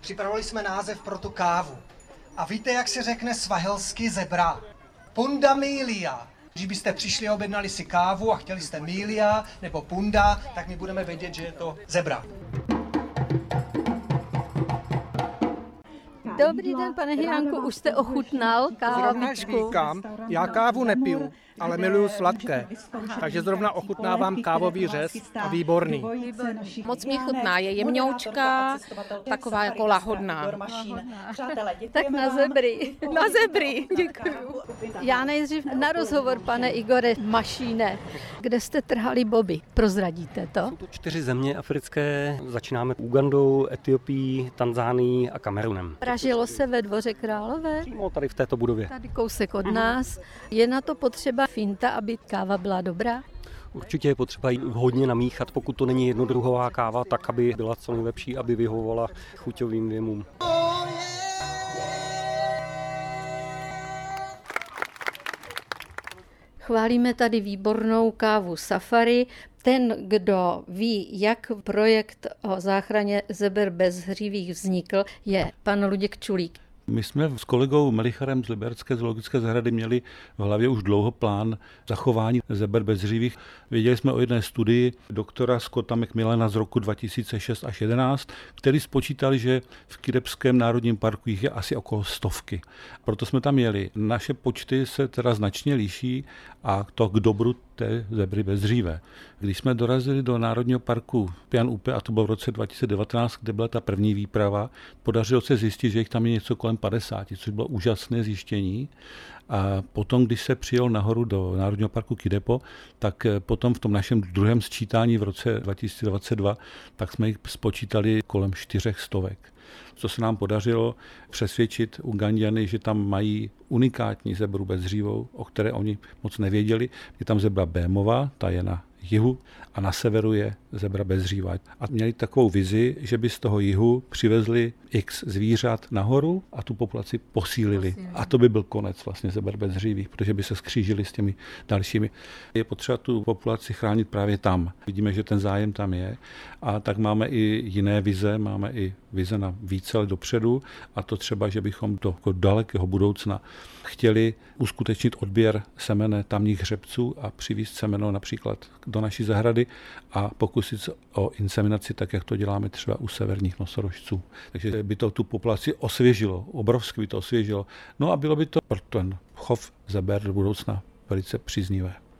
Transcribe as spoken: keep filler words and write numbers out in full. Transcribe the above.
Připravili jsme název pro tu kávu. A víte, jak se řekne svahilsky zebra? Punda milia. Když byste přišli a objednali si kávu a chtěli jste milia nebo punda, tak my budeme vědět, že je to zebra. Dobrý den, pane Hyránku, už jste ochutnal kávičku? Zrovna říkám, já kávu nepiju, ale miluju sladké, takže zrovna ochutnávám kávový řez a výborný. Moc mi chutná, je jemňoučká, taková jako lahodná. Tak na zebry. Na zebry, děkuju. Já nejdřív na rozhovor, pane Igore Mašíne. Kde jste trhali boby? Prozradíte to? Jsou to čtyři země africké, začínáme Ugandou, Etiopií, Tanzánií a Kamerunem. Pražilo se ve Dvoře Králové? No, tady v této budově. Tady kousek od nás. Je na to potřeba finta, aby káva byla dobrá? Určitě je potřeba ji hodně namíchat, pokud to není jednodruhová káva, tak aby byla co nejlepší, aby vyhovovala chuťovým věmům. Chválíme tady výbornou kávu Safari. Ten, kdo ví, jak projekt o záchraně zeber bezhřivých vznikl, je pan Luděk Čulík. My jsme s kolegou Melicharem z Liberecké zoologické zahrady měli v hlavě už dlouho plán zachování zeber bezhřivých. Věděli jsme o jedné studii doktora Scotta McMillana z roku dva tisíce šest až jedenáct, který spočítali, že v Kidepském národním parku jich je asi okolo stovky. Proto jsme tam jeli. Naše počty se teda značně liší a to k dobru té zebry bezhřívé. Když jsme dorazili do Národního parku Pian Upe, a to bylo v roce dva tisíce devatenáct, kde byla ta první výprava, podařilo se zjistit, že jich tam je něco kolem padesáti, což bylo úžasné zjištění. A potom, když se přijel nahoru do Národního parku Kidepo, tak potom v tom našem druhém sčítání v roce dva tisíce dvacet dva, tak jsme jich spočítali kolem čtyřech stovek. Co se nám podařilo přesvědčit Uganďany, že tam mají unikátní zebru bezhřívou, o které oni moc nevěděli. Je tam zebra bémová, ta je na jihu, a na severu je zebra bezhřívá. A měli takovou vizi, že by z toho jihu přivezli x zvířat nahoru a tu populaci posílili. A to by byl konec vlastně zeber bezhřívých, protože by se skřížili s těmi dalšími. Je potřeba tu populaci chránit právě tam. Vidíme, že ten zájem tam je, a tak máme i jiné vize, máme i vize na více let dopředu, a to třeba, že bychom do dalekého budoucna chtěli uskutečnit odběr semene tamních hřebců a přivést semeno například do naší zahrady a pokusit se o inseminaci, tak jak to děláme třeba u severních nosorožců. Takže by to tu populaci osvěžilo, obrovsky by to osvěžilo. No a bylo by to pro ten chov zeber do budoucna velice příznivé.